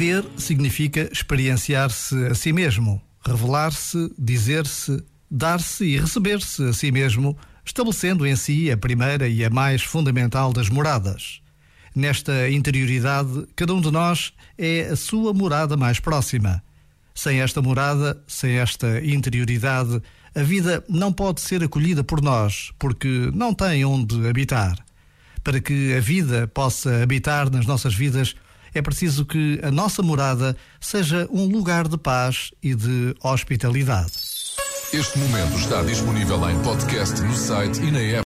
Ser significa experienciar-se a si mesmo, revelar-se, dizer-se, dar-se e receber-se a si mesmo, estabelecendo em si a primeira e a mais fundamental das moradas. Nesta interioridade, cada um de nós é a sua morada mais próxima. Sem esta morada, sem esta interioridade, a vida não pode ser acolhida por nós, porque não tem onde habitar. Para que a vida possa habitar nas nossas vidas, é preciso que a nossa morada seja um lugar de paz e de hospitalidade. Este momento está disponível em podcast no site e na app.